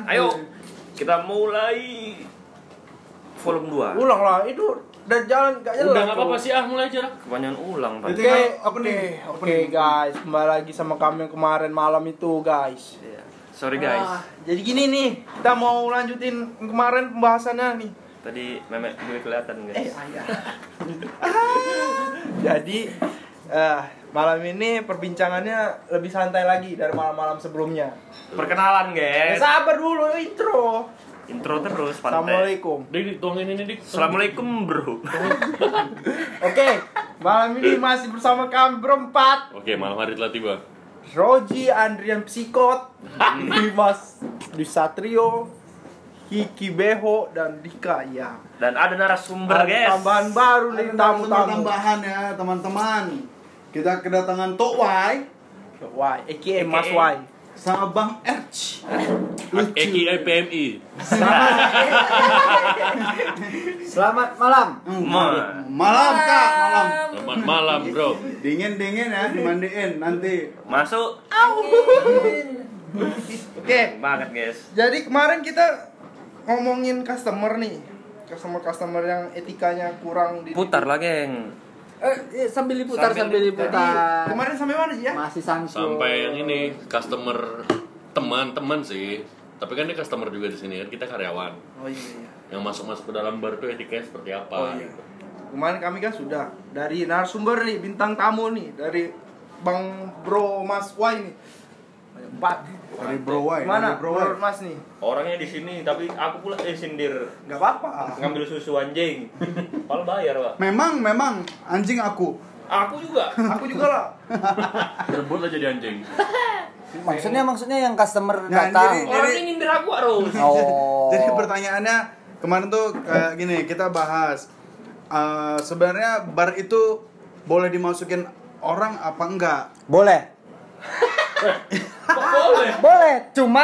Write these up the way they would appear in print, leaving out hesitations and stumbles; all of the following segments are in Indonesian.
Ayo, kita mulai volume 2. Ulang lah, itu udah jalan gak jalan. Udah nggak apa-apa sih, mulai aja lah. Kebanyakan ulang tadi. Oke guys, kembali lagi sama kami yang kemarin malam itu guys. Iya. Sorry guys. Jadi gini nih, kita mau lanjutin kemarin pembahasannya nih. Tadi memek gue kelihatan guys. Jadi malam ini perbincangannya lebih santai lagi dari malam-malam sebelumnya. Perkenalan guys. Sabar dulu intro. Intro terus pantai. Assalamualaikum. Dik, tolongin ini dik. Assalamualaikum bro. Oke, malam ini masih bersama kami berempat. Oke, malam hari telah tiba. Roji, Andrian Psikot, Dimas Disatrio, Kiki Beho, dan Dika ya. Dan ada narasumber guys. Tambahan baru nih tamu-tamu. Tambahan ya teman-teman. Kita kedatangan Tok Wai Y, aka Mas Y. sama Bang Erch. AKA PMI. Selamat malam. Malam Kak, malam. Selamat malam, bro. Dingin ya, dimandiin nanti. Masuk. Oke, Banget guys. jadi kemarin kita ngomongin customer nih. Customer yang etikanya kurang di Putar lah geng. Sambil diputar. Kemarin sampai mana sih ya? Masih sangso. Sampai yang ini customer teman-teman sih. Tapi kan dia customer juga di sini kan, kita karyawan. Oh iya. Yang masuk-masuk ke dalam bar tuh etikanya seperti apa? Oh iya. Kemarin kami kan sudah dari narasumber nih, bintang tamu nih, dari Bang Bro Mas Y nih. Empat. Dari Bro Wai. Gimana? dari Bro Wai. Menurut Mas nih? Orangnya di sini tapi aku pula sindir. Gak apa-apa. Ngambil susu anjing. Padahal bayar, Pak. Memang anjing aku. Aku juga. Aku juga lah. Berebut aja jadi anjing. Maksudnya yang customer Nah, datang. jadi- Orang ini nyindir aku harus. Oh. Jadi pertanyaannya kemarin tuh kayak gini, kita bahas sebenarnya bar itu boleh dimasukin orang apa enggak? Boleh. Boleh.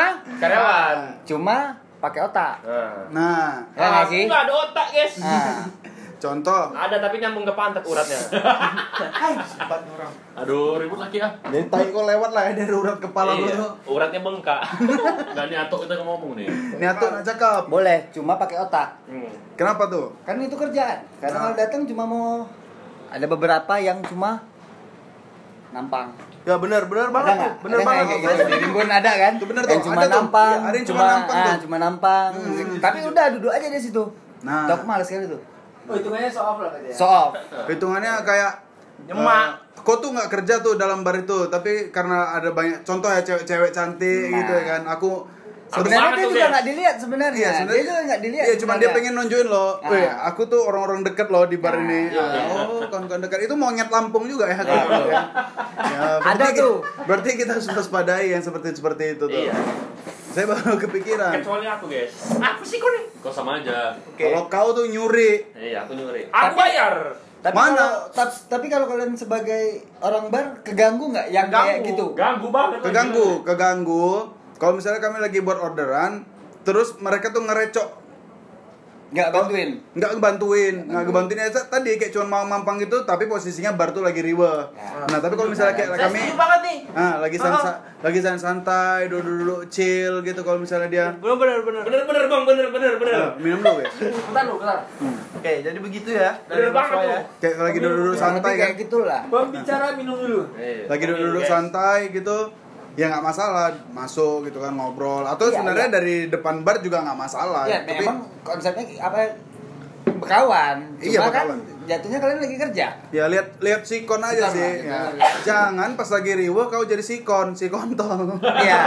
Cuma pakai otak. Nah, Ya nggak sih? Aku nggak ada otak, guys. Nah, contoh. Ada tapi nyambung ke pantat uratnya. Empat orang. Aduh, ribut lagi ya. Jadi tai kok lewat lah ya dari urat kepala lu. Iya, uratnya bengkak. Nggak nih atok kita ngomong nih. Niat tuh nggak cakep. boleh, cuma pakai otak. Kenapa tuh? Kan itu kerjaan. Karena kalau datang cuma mau ada beberapa yang cuma nampang. Ya benar banget Ada tuh. nggak? Benar Ada nggak banget yang tuh. kayak gitu? Di Rimbun ada kan? Itu bener Yang tuh, cuma ada tuh. nampang. Iya, ada yang cuma nampang tuh. Cuma nampang. Tapi udah duduk aja di situ. Nah. Tuh aku males sekali tuh. Oh, hitungannya show off lah berarti ya? So off. Hitungannya kayak Nyemak. kok tuh nggak kerja tuh dalam bar itu, tapi karena ada banyak contoh ya cewek-cewek cantik gitu ya kan. Aku Sebenarnya banget dia tuh, juga guys. nggak dilihat sebenarnya. Iya, Dia juga nggak dilihat. Iya, cuma dia pengen nunjukin loh. Nah. Weh, aku tuh orang-orang deket loh di bar Nah, ini. iya. Oh, kawan-kawan dekat itu monyet Lampung juga ya. Gitu, ya. Ada tuh. Berarti kita harus waspadai yang seperti itu tuh. Iya. Saya baru kepikiran. Kecuali aku, guys. Apa sih kau nih? Kok sama aja. Kalau kau tuh nyuri, Iya, aku nyuri. Aku bayar. Tapi Mana? tapi kalau kalian sebagai orang bar keganggu nggak yang kayak gitu? Ganggu banget. keganggu. Kalau misalnya kami lagi buat orderan, terus mereka tuh ngerecok, Nggak bantuin. nggak ngebantuin aja tadi kayak cuma mau mampang gitu, tapi posisinya bar tuh lagi riweh. Nah, tapi kalau misalnya kayak Saya kami setuju banget nih. lagi santai, duduk chill gitu, kalau misalnya dia Benar. Bener bang, bener. minum dulu guys. Bentar. Oke, jadi begitu ya. Bener banget Mas Y tuh. ya. Kayak lagi duduk santai kan, Kayak gitulah. Pembicara minum dulu. lagi duduk santai gitu, ya nggak masalah masuk gitu kan, ngobrol atau Iya, sebenarnya iya. dari depan bar juga nggak masalah. Ya, Tapi memang konsepnya apa? Berkawan. Iya, Cuma berkawan. kan jatuhnya kalian lagi kerja. ya lihat sikon aja Bentar, sih. Mas, Ya. bentar. Jangan pas lagi riweh kau jadi si kontol. Iya.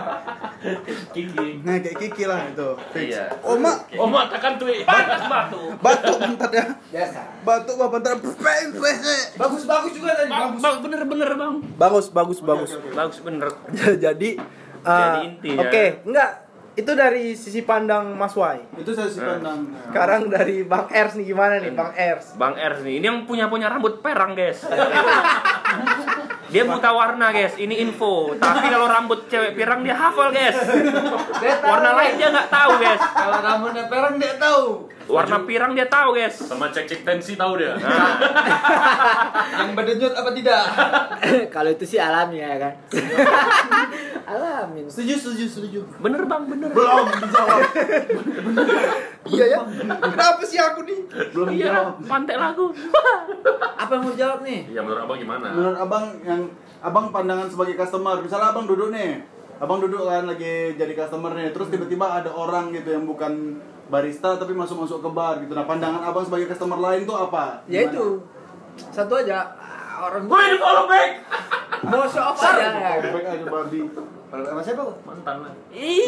Kiki. Nah, kayak Kiki lah itu. Fix. Iya. Oma, Oh, mak takkan tuh. Panas batu. batuk bentar ya. Biasa. Batuk bentar. Bagus juga tadi. Bang, bener bang. Bagus. Bagus bener. Jadi Jadi intinya. Oke, enggak. Itu dari sisi pandang Mas Y. Itu saya sih pandang. Sekarang dari Bang Ers nih, gimana nih Bang Ers? Bang Ers nih, ini yang punya rambut perang guys. Dia buta warna guys, ini info. Tapi kalau rambut cewek pirang dia hafal guys. Warna lain dia nggak tahu guys. Kalau rambutnya perang dia tahu. Warna pirang dia tahu, guys. Sama cek tensi tahu dia. Nah, Yang berdenyut apa tidak? Kalau itu sih alami ya kan. Alamin. Setuju. bener bang, bener. Belum dijawab. Iya ya. Kenapa sih aku nih? Belum Iya, dijawab. pantai lagu. Apa yang mau jawab nih? Iya, menurut abang gimana? Menurut abang yang abang pandangan sebagai customer, misalnya abang duduk nih, abang duduk kan lagi jadi customer nih, terus tiba-tiba ada orang gitu yang bukan barista tapi masuk ke bar gitu. Nah, pandangan abang sebagai customer lain tuh apa? Ya Gimana? itu. Satu aja orang Gue di follow back. mau show off aja ya. Baik aja babi. Sama siapa? Mantan lah. Ih,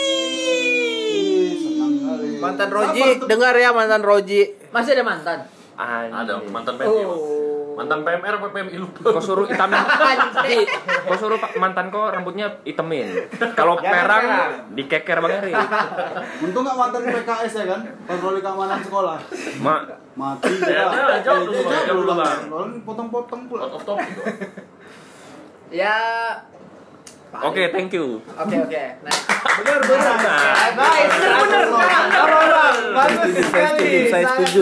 senang kali. Mantan Sabar Roji, tuh. dengar ya mantan Roji. Masih ada mantan. Ada mantan PMI. Bang. Mantan PMR apa PMI lupa. Kau suruh hitamin. Kau suruh mantan kau rambutnya hitemin. Kalau perang dikeker Bang Eri. Untung gak mantan PKS ya kan? Patroli keamanan sekolah. Mati Ya, jawab dulu, Bang. Jawab dulu, Bang. Potong-potong pula. Out of topic. Ya. Oke, thank you. Oke. Nah, Bener. nice. Bener. Bagus sekali.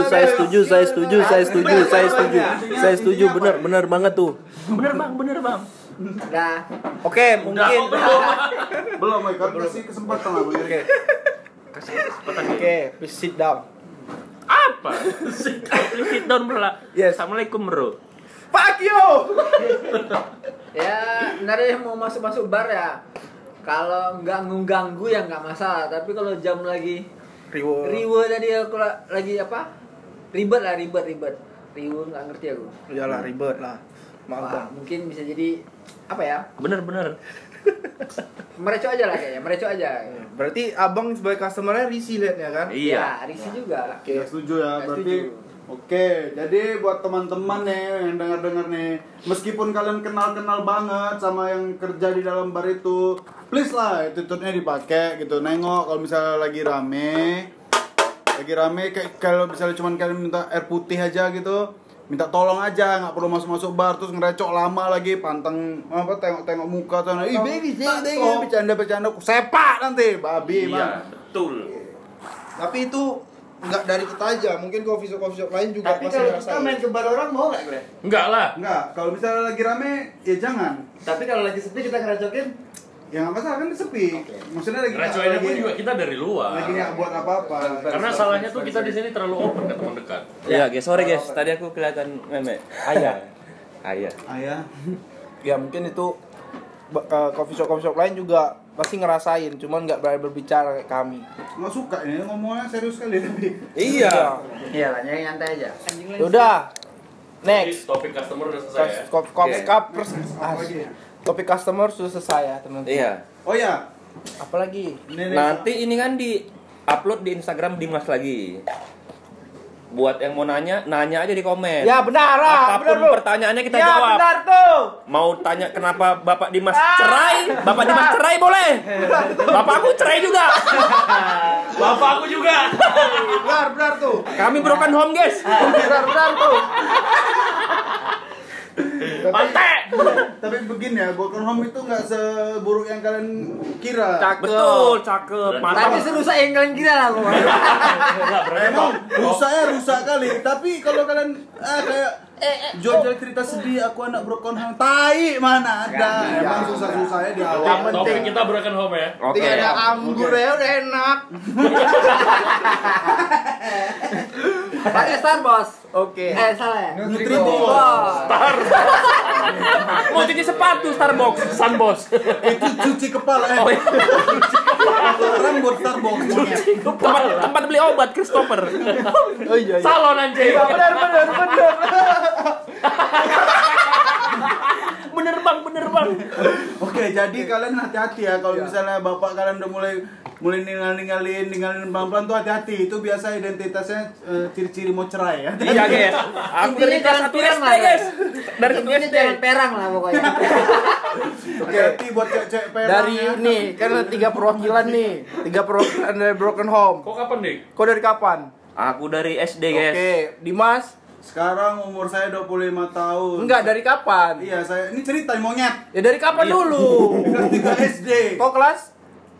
Saya setuju, benar banget tuh. Bener bang. Dah. Oke, mungkin. Belum, kan kasih kesempatan lah. Oke. Oke, please sit down. Apa? Sit down bro. Yes. Assalamualaikum bro. Fuck you. Ya, ntar yang mau masuk bar ya. Kalau nggak mengganggu ya nggak masalah. Tapi kalau jam lagi riwe tadi aku lagi apa? Ribet. Riwe nggak ngerti aku. Iyalah ribet lah. Maaf Wah, bang. mungkin bisa jadi apa ya? Bener. Mereco aja lah kayaknya. Mereco aja. Berarti abang sebagai customernya risih liatnya kan? Iya. Ya, risih juga. Ya, setuju ya. Ya, Berarti setuju. Oke, jadi buat teman-teman nih yang dengar-dengar nih, meskipun kalian kenal-kenal banget sama yang kerja di dalam bar itu, please lah attitude-nya dipakai gitu. Nengok kalau misalnya lagi rame kayak kalau misalnya cuman kalian minta air putih aja gitu, minta tolong aja, nggak perlu masuk baar terus ngerecok lama lagi, panteng apa tengok muka tuh, ih baby bercanda sepak nanti babi Iya, mah. betul. Tapi itu nggak dari kita aja, mungkin coffee shop lain juga Tapi pasti kalau kita ngerasain. main ke bar orang mau nggak gue? Enggak lah. Enggak, kalau misalnya lagi rame ya jangan. Tapi kalau lagi sepi kita ngerecokin. Ya nggak masalah kan sepi. Maksudnya lagi Racoinnya pun juga kita dari luar. lagi nggak buat apa-apa. Karena salahnya tuh kita di sini terlalu open ke teman dekat. Iya, guys, sorry guys. Tadi aku kelihatan meme. Ayah. Ayah. Ya mungkin itu coffee shop lain juga pasti ngerasain, cuman nggak berani berbicara kayak kami. Nggak suka ini ngomongnya serius sekali tapi. Iya. Iya lah, nyantai aja. Udah. Jadi Next. topik customer udah selesai ya. Topik customer sudah selesai ya teman-teman. Iya. Oh ya. Apalagi? Nanti ini kan di upload di Instagram Dimas lagi. Buat yang mau nanya aja di komen. Ya benar lah. Apapun pertanyaannya kita ya, jawab. benar tuh. Mau tanya kenapa Bapak Dimas cerai? Bapak Dimas cerai boleh. Bapakku cerai juga. Bapak aku juga. Benar tuh. Kami broken home, guys. Benar tuh. Pantai. Tapi begini ya, broken home itu nggak seburuk yang kalian kira. Betul, cakep. Tapi Mantap. serusak yang kalian kira lah gua. Enggak, berarti Emang rusaknya rusak kali, tapi kalau kalian kayak jual-jual cerita sedih, aku anak broken home, tai mana ada. Emang susah-susahnya di awal. topik kita broken home ya. Oke. Tidak ada anggur ya udah enak. Pakai Starbucks. Oke. Salah ya? Nutribos. Mau cuci sepatu Starbucks, Sunboss. Itu cuci kepala Oh, iya. Rambut Starbucks. tempat beli obat Christopher. Oh iya. Salon anjing. Benar. Bener bang. Oke, jadi kalian hati-hati ya kalau misalnya bapak kalian udah mulai ninggalin pelan-pelan tuh hati-hati. Itu biasa identitasnya ciri-ciri mau cerai ya. Iya guys. Aku dari Intinya kelas jangan 1 pirang SD lah, guys. Dari Intinya SD. jangan perang lah pokoknya. Hati-hati buat cewek-cewek perang. Dari ya. ini kan ada 3 perwakilan nih. 3 perwakilan dari Broken Home. Kok kapan, Dik? Kau dari kapan? Aku dari SD guys. Oke, Dimas. Sekarang umur saya 25 tahun. Enggak, dari kapan? Iya, saya ini cerita monyet. Ya dari kapan Iya. dulu? Kelas 3 SD. Kau kelas?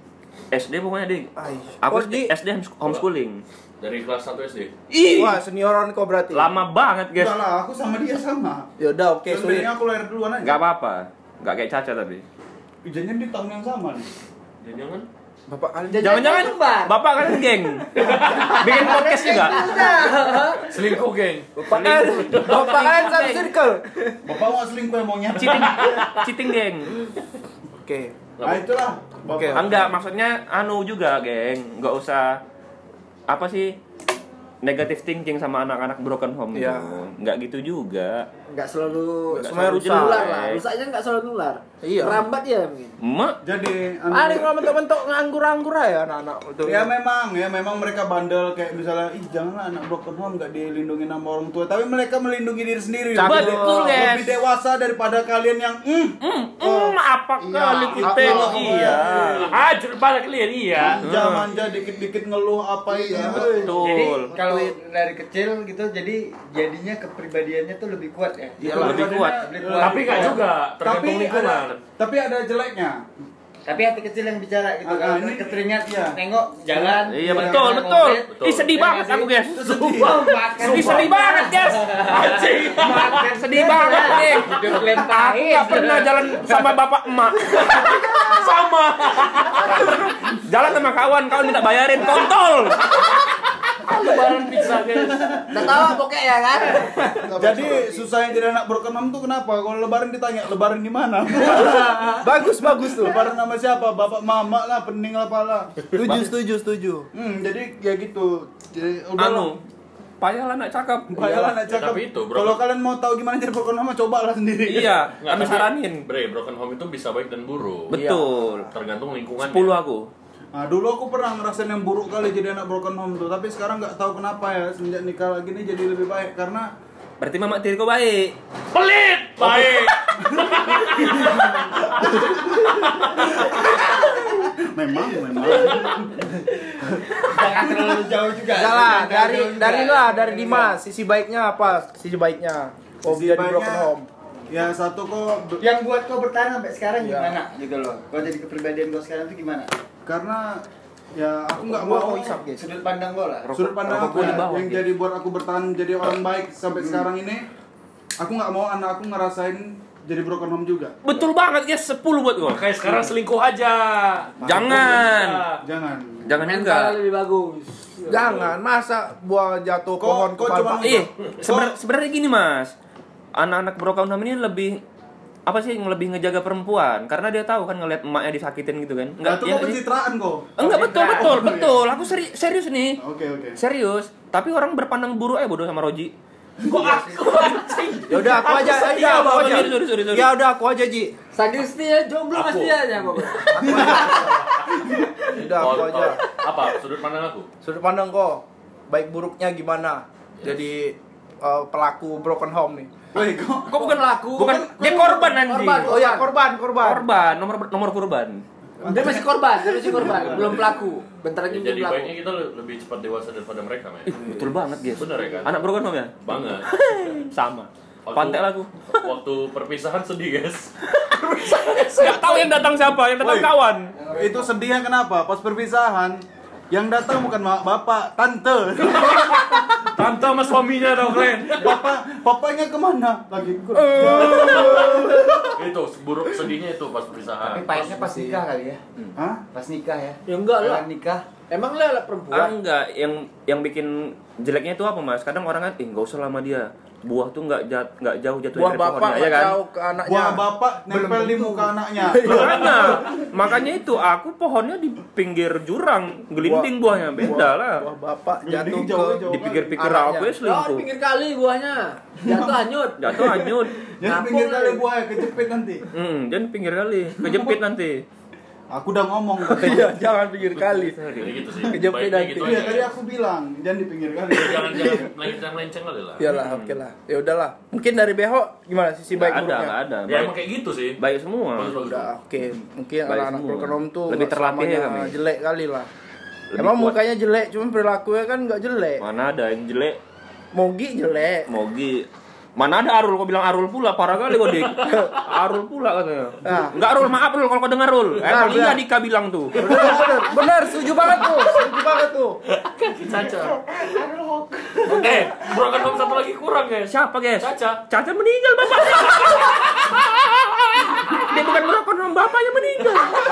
SD pokoknya deh. Ay. Aku Oh, Di. SD homeschooling. Dari kelas 1 SD. Ih, Wah, senioran kok berarti. lama banget guys. Enggak lah, aku sama dia sama. Ya udah, oke, sulit. Sebenarnya aku lahir duluan aja. Gak apa-apa, gak kayak Caca tapi. Jangan di tahun yang sama nih. Jangan. Bapak kalian Jangan-jangan kembar. bapak kalian geng. Bikin podcast juga. Selingkuh, geng. Bapak kalian satu circle. Bapak mau selingkuh yang mau nyata. Cheating geng. Oke. Nah itulah. Oke. Enggak, maksudnya anu juga geng. Enggak usah apa sih negative thinking sama anak-anak broken home Iya. itu. Enggak gitu juga. Enggak selalu Semuanya rusak. nular lah. Rusaknya enggak selalu nular. Iya. Rambat ya mungkin. Emak Jadi Ada kalau mentok-mentok nganggur-nganggur ya anak-anak itu. ya memang mereka bandel kayak misalnya janganlah anak broken home nggak dilindungi sama orang tua, tapi mereka melindungi diri sendiri. Betul, guys. Lebih dewasa daripada kalian yang apa kali kita iya. Hancur balik kalian iya. manja dikit-dikit ngeluh apa ini. Betul. Jadi kalau dari kecil gitu jadi jadinya kepribadiannya tuh lebih kuat ya. Lebih kuat. Tapi nggak juga, tergantung lingkungan. Tapi ada jeleknya. Tapi hati kecil yang bicara gitu Ah, kalau ini- keteringat iya. nengok jalan. Iya jalan betul, jalan betul. komplit. Ih sedih banget aku guys. Ih sedih banget guys. Anjing. Sedih banget nih. Hidup lempar. Aku gak pernah jalan sama bapak emak. Sama. Jalan sama kawan minta bayarin kontol. Lebaran pizza guys. Udah tahu pokoknya ya kan? Jadi susahnya jadi anak broken home tuh kenapa? Kalau lebaran ditanya lebaran di mana? Bagus tuh. Lebaran nama siapa? Bapak mama lah, pening lah pala. Setuju. Jadi ya gitu. Jadi udah Anu, payahlah nak cakap. Bayalah nak cakap. Tapi itu, bro. Kalau kalian mau tahu gimana jadi broken home, cobalah sendiri. Iya, Nggak, kami tapi, saranin. Bre, broken home itu bisa baik dan buruk. Betul. Tergantung lingkungan. 10 aku. Nah, dulu aku pernah ngerasain yang buruk kali jadi anak broken home tuh, tapi sekarang nggak tahu kenapa ya semenjak nikah lagi nih jadi lebih baik karena Berarti mama tiriku baik. Pelit. Baik. memang Jangan terlalu jauh juga. Salah, Jangan dari jauh juga. dari Dimas, sisi baiknya apa? Sisi baiknya. Fobia di broken home. ya satu kok Yang buat kau bertahan sampai sekarang Iya. gimana? Gitu loh. Kau jadi kepribadian kau sekarang tuh gimana? karena ya aku nggak Gua mau isap, guys. Sudut pandang kau lah. sudut pandang Rokok aku gua di ya, bawah, yang gitu. jadi buat aku bertahan jadi orang baik sampai sekarang ini aku nggak mau anak aku ngerasain jadi broken home juga. Betul banget guys, 10 buat gua. Kayak sekarang selingkuh aja. Jangan. Jangan Juga. Mental lebih bagus. Jangan, masa buah jatuh Kok- pohon kok kepala. cuma- Iya, sebenarnya gini Mas. Anak-anak broken home ini lebih apa sih yang lebih ngejaga perempuan karena dia tahu kan ngelihat emaknya disakitin gitu kan. Enggak, itu ya kok nggak sih? pencitraan kok. Enggak betul. Aku serius nih. Oke. Serius. Tapi orang berpandang buruk bodoh sama Roji. Kok aku anjing? Ya udah aku aja. Iya, sorry. Ya udah aku aja, Ji. Sagisti ya jomblo Aku. pasti aja kok. Udah aku aja. Apa? Sudut pandang aku? Sudut pandang kok. Baik buruknya gimana? Jadi pelaku broken home nih. Woi, kok Kok bukan laku? Bukan dia korban anjing. Korban. Oh ya, korban. Korban, nomor korban. Dia masih korban, belum pelaku. Bentar lagi Ya, jadi belum pelaku. baiknya kita lebih cepat dewasa daripada mereka, men. Betul banget, guys. Bener ya kan? Anak broken home ya? Banget. Sama. Waktu- Pantek lagu. Waktu perpisahan sedih, guys. Enggak tahu yang datang siapa, yang datang Woi. kawan. itu sedihnya kenapa? Pas perpisahan yang datang bukan bapak, tante. Tante sama suaminya tau kalian. Papanya kemana? Lagi Itu buruk sedihnya itu pas perpisahan. Tapi pahitnya pas nikah kali ya. Hah? Pas nikah ya. Ya enggak lah. Jalan nikah. Emang lah perempuan. Enggak, yang bikin jeleknya itu apa Mas? Kadang orang kan, enggak usah lama dia. Buah tuh enggak jauh jatuh Buah dari bapak pohonnya, ya kan? jauh ke anaknya. Buah bapak nempel di muka anaknya. Makanya itu aku pohonnya di pinggir jurang, gelinding buahnya beda lah. Buah bapak jatuh Gelinding ke jauh-jauh. Dipikir-pikir anaknya. aku ya Oh, di selingkuh. pinggir kali buahnya. Jatuh hanyut. Jatuh hanyut. Jangan pinggir kali buahnya kejepit nanti. Jangan pinggir kali, kejepit nanti. Aku udah ngomong. Iya, jangan pinggir kali. Jadi gitu sih. Kejepit Baiknya nanti. gitu Iya, aja. tadi aku bilang jangan di pinggir kali. Jangan lenceng kali lah. Iyalah, oke lah. Ya udahlah. Mungkin dari Beho gimana sisi baik Nggak buruknya? ada, nggak ada. Ya emang kayak gitu sih. Baik semua. Bagus, bagus. Udah, oke. Mungkin Baik anak-anak semua. broken home tuh Lebih nggak terlatih ya selamanya kami. jelek kali lah. Lebih Emang kuat. mukanya jelek, cuma perilakunya kan nggak jelek. Mana ada yang jelek? Mogi jelek. Mogi Mana ada Arul, kau bilang Arul pula, parah kali kau dik. Arul pula katanya. Enggak Rul, maaf Rul kalau kau dengar Rul. Emang iya Dika bilang tuh. Bener, setuju banget tuh. Caca. Oke, Broken Home satu lagi kurang guys. Siapa guys? Caca. Caca meninggal bapaknya. Dia bukan broken home, bapaknya meninggal.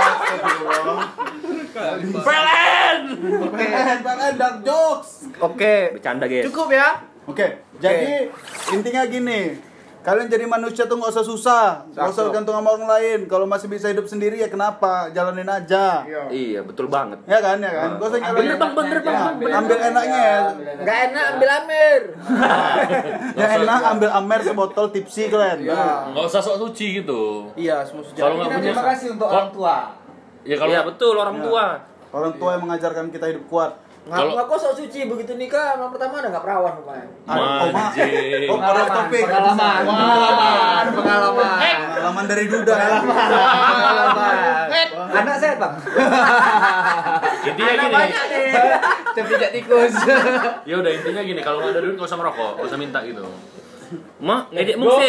PLN. PLN dark jokes. Oke, Bercanda guys. cukup ya. Oke, jadi intinya gini, kalian jadi manusia tuh nggak usah susah, nggak usah gantung sama orang lain. Kalau masih bisa hidup sendiri ya kenapa? Jalanin aja. Iya, betul banget. Ya kan, ya kan. Gak usah nyalain. Bener bang. Ambil enaknya ya. Nggak enak ambil Amir. Yang enak ambil Amer sebotol tipsi kalian. Nggak usah sok suci gitu. Iya, semua sejarah. Kalau nggak punya. Terima kasih untuk orang tua. Ya kalau Iya betul orang tua. Orang tua yang mengajarkan kita hidup kuat. Kalau- Ngaku sok suci begitu nikah malam pertama ada nggak perawan rupanya. Manjing. Oh, pada topik. Pengalaman dari Duda. Anak saya bang. Intinya gini. nih. Tapi tidak tikus. Ya udah intinya gini, kalau nggak ada duit nggak usah merokok, nggak usah minta gitu. Mak, ngedek mungkin.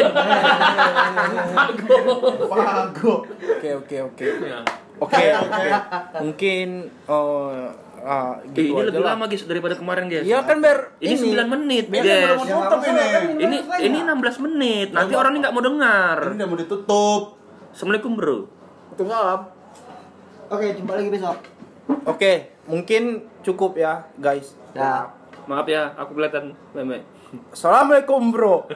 Pago. Oke. Ya. Oke. Mungkin gitu Ini aja lebih lah. lama guys daripada kemarin guys. Iya kan biar Ini 9 menit Biar guys. mau tutup ini. Ini 16 menit. Nanti orang ini nggak mau dengar. Ini udah mau ditutup. Assalamualaikum bro. Tunggal. Oke, jumpa lagi besok. Oke, mungkin cukup ya, guys. Ya. Maaf ya, aku kelihatan meme. Assalamualaikum, bro.